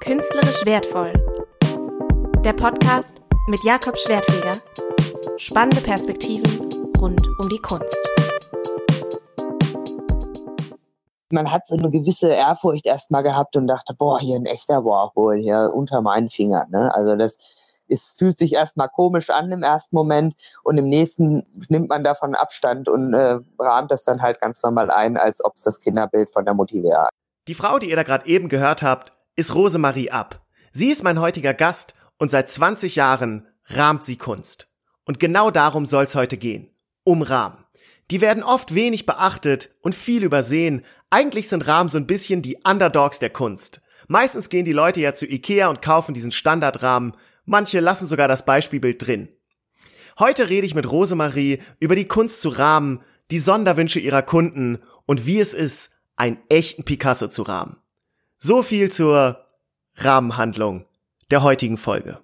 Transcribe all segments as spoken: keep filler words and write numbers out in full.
Künstlerisch wertvoll. Der Podcast mit Jakob Schwertfeger. Spannende Perspektiven rund um die Kunst. Man hat so eine gewisse Ehrfurcht erstmal gehabt und dachte, boah, hier ein echter Warhol, hier unter meinen Fingern. Ne? Also das ist, fühlt sich erstmal komisch an im ersten Moment und im nächsten nimmt man davon Abstand und äh, rahmt das dann halt ganz normal ein, als ob es das Kinderbild von der Mutti wäre. Die Frau, die ihr da gerade eben gehört habt, ist Rosemarie App. Sie ist mein heutiger Gast und seit zwanzig Jahren rahmt sie Kunst. Und genau darum soll es heute gehen. Um Rahmen. Die werden oft wenig beachtet und viel übersehen. Eigentlich sind Rahmen so ein bisschen die Underdogs der Kunst. Meistens gehen die Leute ja zu Ikea und kaufen diesen Standardrahmen. Manche lassen sogar das Beispielbild drin. Heute rede ich mit Rosemarie über die Kunst zu rahmen, die Sonderwünsche ihrer Kunden und wie es ist, einen echten Picasso zu rahmen. So viel zur Rahmenhandlung der heutigen Folge.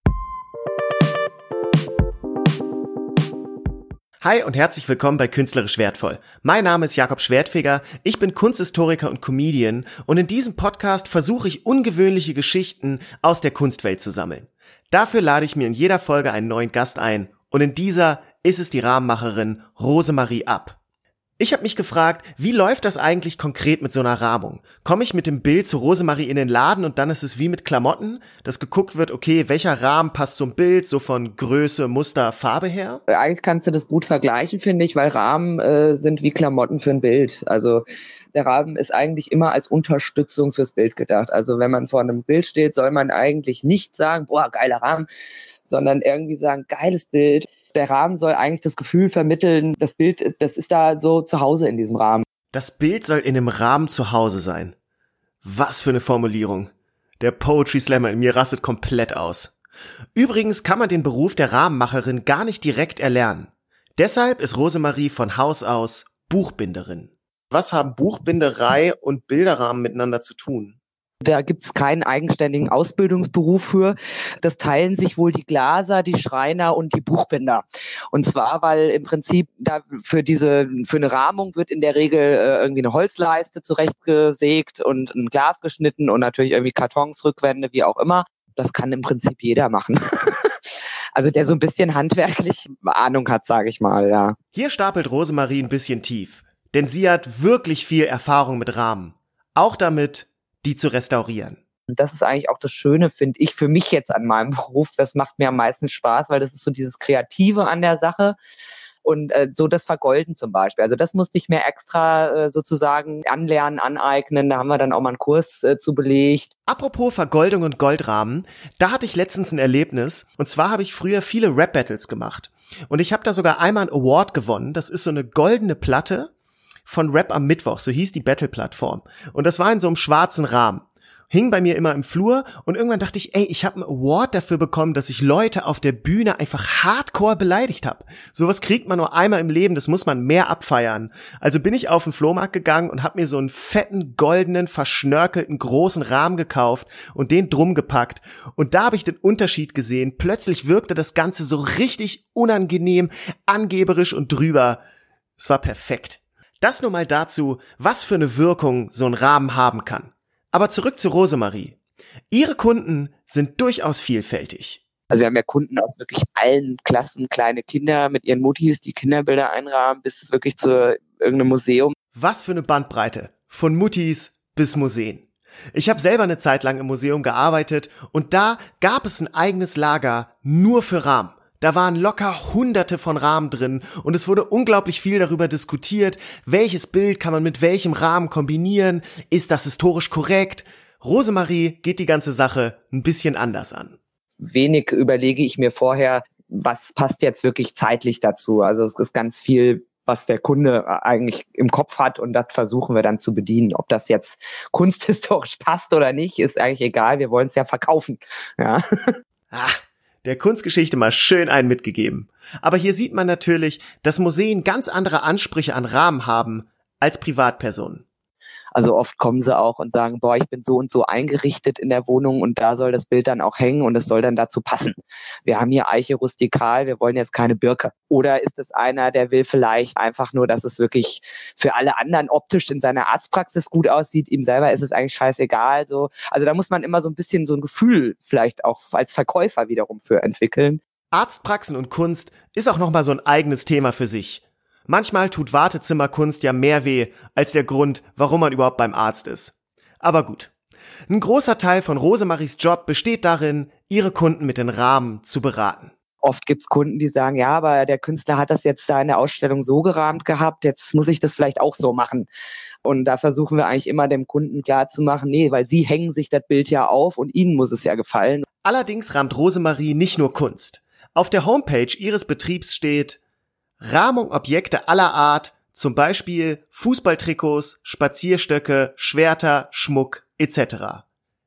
Hi und herzlich willkommen bei Künstlerisch wertvoll. Mein Name ist Jakob Schwertfeger, ich bin Kunsthistoriker und Comedian und in diesem Podcast versuche ich ungewöhnliche Geschichten aus der Kunstwelt zu sammeln. Dafür lade ich mir in jeder Folge einen neuen Gast ein und in dieser ist es die Rahmenmacherin Rosemarie App. Ich habe mich gefragt, wie läuft das eigentlich konkret mit so einer Rahmung? Komme ich mit dem Bild zu Rosemarie in den Laden und dann ist es wie mit Klamotten, dass geguckt wird, okay, welcher Rahmen passt zum Bild, so von Größe, Muster, Farbe her? Eigentlich kannst du das gut vergleichen, finde ich, weil Rahmen äh, sind wie Klamotten für ein Bild. Also der Rahmen ist eigentlich immer als Unterstützung fürs Bild gedacht. Also wenn man vor einem Bild steht, soll man eigentlich nicht sagen, boah, geiler Rahmen, sondern irgendwie sagen, geiles Bild. Der Rahmen soll eigentlich das Gefühl vermitteln, das Bild, das ist da so zu Hause in diesem Rahmen. Das Bild soll in dem Rahmen zu Hause sein. Was für eine Formulierung. Der Poetry Slammer in mir rastet komplett aus. Übrigens kann man den Beruf der Rahmenmacherin gar nicht direkt erlernen. Deshalb ist Rosemarie von Haus aus Buchbinderin. Was haben Buchbinderei und Bilderrahmen miteinander zu tun? Da gibt's keinen eigenständigen Ausbildungsberuf für. Das teilen sich wohl die Glaser, die Schreiner und die Buchbinder. Und zwar, weil im Prinzip da für diese für eine Rahmung wird in der Regel äh, irgendwie eine Holzleiste zurechtgesägt und ein Glas geschnitten und natürlich irgendwie Kartons, Rückwände, wie auch immer. Das kann im Prinzip jeder machen. Also der so ein bisschen handwerklich Ahnung hat, sage ich mal, ja. Hier stapelt Rosemarie ein bisschen tief, denn sie hat wirklich viel Erfahrung mit Rahmen. Auch damit, die zu restaurieren. Und das ist eigentlich auch das Schöne, finde ich, für mich jetzt an meinem Beruf. Das macht mir am meisten Spaß, weil das ist so dieses Kreative an der Sache und äh, so das Vergolden zum Beispiel. Also das musste ich mir extra äh, sozusagen anlernen, aneignen. Da haben wir dann auch mal einen Kurs äh, zu belegt. Apropos Vergoldung und Goldrahmen, da hatte ich letztens ein Erlebnis. Und zwar habe ich früher viele Rap-Battles gemacht. Und ich habe da sogar einmal einen Award gewonnen. Das ist so eine goldene Platte von Rap am Mittwoch, so hieß die Battle-Plattform. Und das war in so einem schwarzen Rahmen. Hing bei mir immer im Flur und irgendwann dachte ich, ey, ich habe einen Award dafür bekommen, dass ich Leute auf der Bühne einfach hardcore beleidigt habe. Sowas kriegt man nur einmal im Leben, das muss man mehr abfeiern. Also bin ich auf den Flohmarkt gegangen und habe mir so einen fetten, goldenen, verschnörkelten, großen Rahmen gekauft und den drum gepackt. Und da habe ich den Unterschied gesehen. Plötzlich wirkte das Ganze so richtig unangenehm, angeberisch und drüber. Es war perfekt. Das nur mal dazu, was für eine Wirkung so ein Rahmen haben kann. Aber zurück zu Rosemarie. Ihre Kunden sind durchaus vielfältig. Also wir haben ja Kunden aus wirklich allen Klassen, kleine Kinder mit ihren Muttis, die Kinderbilder einrahmen, bis wirklich zu irgendeinem Museum. Was für eine Bandbreite, von Muttis bis Museen. Ich habe selber eine Zeit lang im Museum gearbeitet und da gab es ein eigenes Lager nur für Rahmen. Da waren locker hunderte von Rahmen drin und es wurde unglaublich viel darüber diskutiert, welches Bild kann man mit welchem Rahmen kombinieren, ist das historisch korrekt? Rosemarie geht die ganze Sache ein bisschen anders an. Wenig überlege ich mir vorher, was passt jetzt wirklich zeitlich dazu. Also es ist ganz viel, was der Kunde eigentlich im Kopf hat und das versuchen wir dann zu bedienen. Ob das jetzt kunsthistorisch passt oder nicht, ist eigentlich egal, wir wollen es ja verkaufen. Ja. Ah. Der Kunstgeschichte mal schön einen mitgegeben. Aber hier sieht man natürlich, dass Museen ganz andere Ansprüche an Rahmen haben als Privatpersonen. Also oft kommen sie auch und sagen, boah, ich bin so und so eingerichtet in der Wohnung und da soll das Bild dann auch hängen und es soll dann dazu passen. Wir haben hier Eiche rustikal, wir wollen jetzt keine Birke. Oder ist es einer, der will vielleicht einfach nur, dass es wirklich für alle anderen optisch in seiner Arztpraxis gut aussieht, ihm selber ist es eigentlich scheißegal. So. Also da muss man immer so ein bisschen so ein Gefühl vielleicht auch als Verkäufer wiederum für entwickeln. Arztpraxen und Kunst ist auch nochmal so ein eigenes Thema für sich. Manchmal tut Wartezimmerkunst ja mehr weh als der Grund, warum man überhaupt beim Arzt ist. Aber gut. Ein großer Teil von Rosemaries Job besteht darin, ihre Kunden mit den Rahmen zu beraten. Oft gibt's Kunden, die sagen, ja, aber der Künstler hat das jetzt da in der Ausstellung so gerahmt gehabt, jetzt muss ich das vielleicht auch so machen. Und da versuchen wir eigentlich immer dem Kunden klarzumachen, nee, weil sie hängen sich das Bild ja auf und ihnen muss es ja gefallen. Allerdings rahmt Rosemarie nicht nur Kunst. Auf der Homepage ihres Betriebs steht Rahmung Objekte aller Art, zum Beispiel Fußballtrikots, Spazierstöcke, Schwerter, Schmuck et cetera.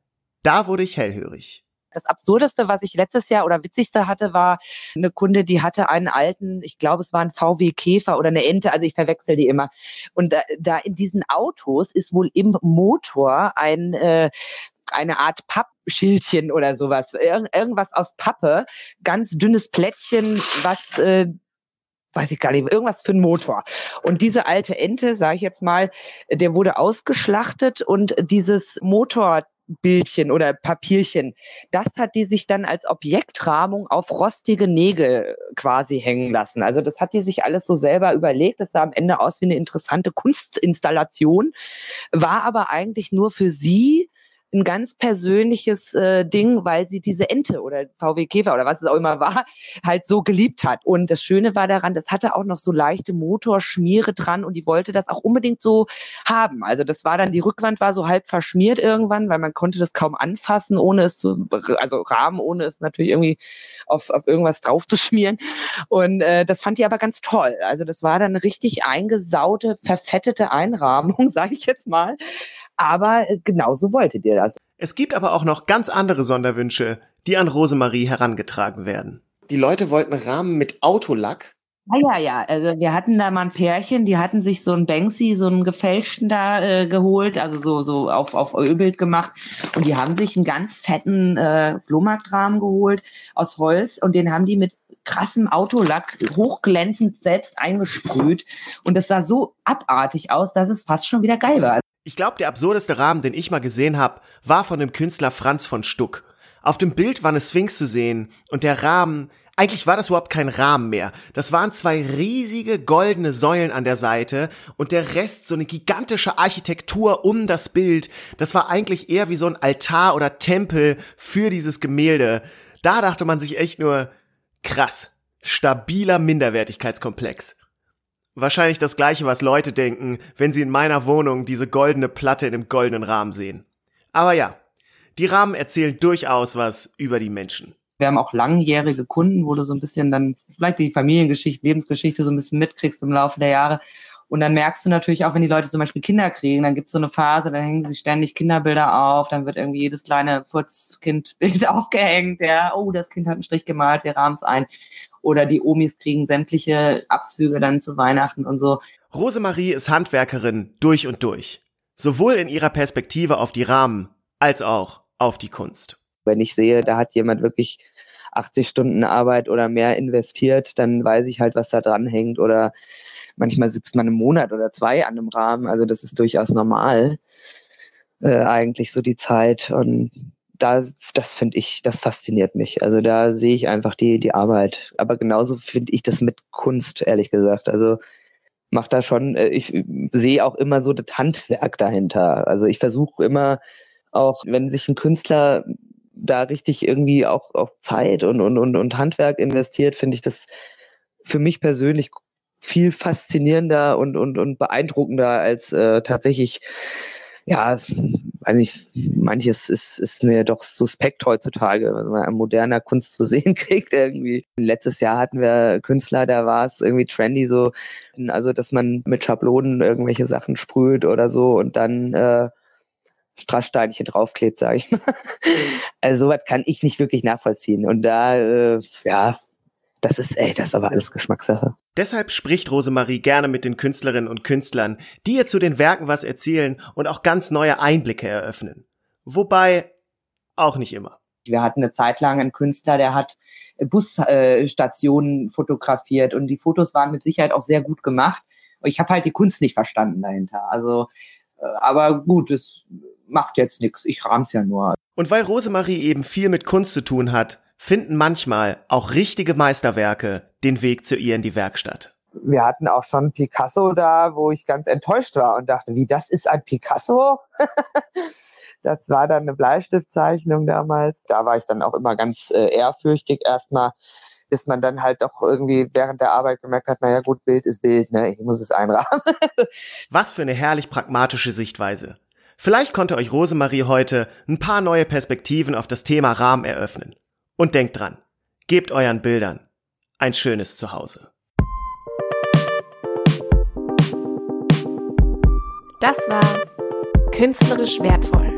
Da wurde ich hellhörig. Das Absurdeste, was ich letztes Jahr oder Witzigste hatte, war eine Kunde, die hatte einen alten, ich glaube, es war ein V W Käfer oder eine Ente, also ich verwechsel die immer. Und da, da in diesen Autos ist wohl im Motor ein äh, eine Art Pappschildchen oder sowas, Ir- irgendwas aus Pappe, ganz dünnes Plättchen, was äh, weiß ich gar nicht, irgendwas für einen Motor. Und diese alte Ente, sage ich jetzt mal, der wurde ausgeschlachtet und dieses Motorbildchen oder Papierchen, das hat die sich dann als Objektrahmung auf rostige Nägel quasi hängen lassen. Also das hat die sich alles so selber überlegt. Das sah am Ende aus wie eine interessante Kunstinstallation, war aber eigentlich nur für sie ein ganz persönliches äh, Ding, weil sie diese Ente oder V W Käfer oder was es auch immer war, halt so geliebt hat. Und das Schöne war daran, das hatte auch noch so leichte Motorschmiere dran und die wollte das auch unbedingt so haben. Also das war dann, die Rückwand war so halb verschmiert irgendwann, weil man konnte das kaum anfassen, ohne es zu, also Rahmen, ohne es natürlich irgendwie auf, auf irgendwas drauf zu schmieren. Und äh, das fand die aber ganz toll. Also das war dann eine richtig eingesaute, verfettete Einrahmung, sage ich jetzt mal. Aber genauso wolltet ihr das. Es gibt aber auch noch ganz andere Sonderwünsche, die an Rosemarie herangetragen werden. Die Leute wollten Rahmen mit Autolack. Ja, ja, ja. Also wir hatten da mal ein Pärchen, die hatten sich so einen Banksy, so einen gefälschten da äh, geholt, also so so auf auf Ölbild gemacht. Und die haben sich einen ganz fetten äh, Flohmarktrahmen geholt aus Holz und den haben die mit krassem Autolack hochglänzend selbst eingesprüht. Und das sah so abartig aus, dass es fast schon wieder geil war. Ich glaube, der absurdeste Rahmen, den ich mal gesehen habe, war von dem Künstler Franz von Stuck. Auf dem Bild war eine Sphinx zu sehen und der Rahmen, eigentlich war das überhaupt kein Rahmen mehr. Das waren zwei riesige goldene Säulen an der Seite und der Rest so eine gigantische Architektur um das Bild. Das war eigentlich eher wie so ein Altar oder Tempel für dieses Gemälde. Da dachte man sich echt nur, krass, stabiler Minderwertigkeitskomplex. Wahrscheinlich das Gleiche, was Leute denken, wenn sie in meiner Wohnung diese goldene Platte in einem goldenen Rahmen sehen. Aber ja, die Rahmen erzählen durchaus was über die Menschen. Wir haben auch langjährige Kunden, wo du so ein bisschen dann vielleicht die Familiengeschichte, Lebensgeschichte so ein bisschen mitkriegst im Laufe der Jahre. Und dann merkst du natürlich auch, wenn die Leute zum Beispiel Kinder kriegen, dann gibt's so eine Phase, dann hängen sie ständig Kinderbilder auf, dann wird irgendwie jedes kleine Furzkindbild aufgehängt, ja, oh, das Kind hat einen Strich gemalt, wir rahmen's ein. Oder die Omis kriegen sämtliche Abzüge dann zu Weihnachten und so. Rosemarie ist Handwerkerin durch und durch. Sowohl in ihrer Perspektive auf die Rahmen, als auch auf die Kunst. Wenn ich sehe, da hat jemand wirklich achtzig Stunden Arbeit oder mehr investiert, dann weiß ich halt, was da dran hängt. Oder manchmal sitzt man einen Monat oder zwei an einem Rahmen. Also das ist durchaus normal, äh, eigentlich so die Zeit. Und da, das finde ich, das fasziniert mich. Also da sehe ich einfach die, die Arbeit. Aber genauso finde ich das mit Kunst, ehrlich gesagt. Also macht da schon, ich sehe auch immer so das Handwerk dahinter. Also ich versuche immer auch, wenn sich ein Künstler da richtig irgendwie auch, auch Zeit und, und, und, und Handwerk investiert, finde ich das für mich persönlich viel faszinierender und, und, und beeindruckender als äh, tatsächlich, ja, weiß nicht, manches ist, ist mir doch suspekt heutzutage, was man an moderner Kunst zu sehen kriegt irgendwie. Letztes Jahr hatten wir Künstler, da war es irgendwie trendy so, also dass man mit Schablonen irgendwelche Sachen sprüht oder so und dann äh, Strasssteinchen draufklebt, sage ich mal. Also sowas kann ich nicht wirklich nachvollziehen. Und da, äh, ja, Das ist, ey, das ist aber alles Geschmackssache. Deshalb spricht Rosemarie gerne mit den Künstlerinnen und Künstlern, die ihr zu den Werken was erzählen und auch ganz neue Einblicke eröffnen. Wobei auch nicht immer. Wir hatten eine Zeit lang einen Künstler, der hat Busstationen fotografiert und die Fotos waren mit Sicherheit auch sehr gut gemacht. Ich habe halt die Kunst nicht verstanden dahinter. Also, aber gut, es macht jetzt nichts. Ich rahm's ja nur. Und weil Rosemarie eben viel mit Kunst zu tun hat, finden manchmal auch richtige Meisterwerke den Weg zu ihr in die Werkstatt. Wir hatten auch schon Picasso da, wo ich ganz enttäuscht war und dachte, wie, das ist ein Picasso? Das war dann eine Bleistiftzeichnung damals. Da war ich dann auch immer ganz äh, ehrfürchtig erstmal, bis man dann halt auch irgendwie während der Arbeit gemerkt hat, naja gut, Bild ist Bild, ne? Ich muss es einrahmen. Was für eine herrlich pragmatische Sichtweise. Vielleicht konnte euch Rosemarie heute ein paar neue Perspektiven auf das Thema Rahmen eröffnen. Und denkt dran, gebt euren Bildern ein schönes Zuhause. Das war Künstlerisch wertvoll.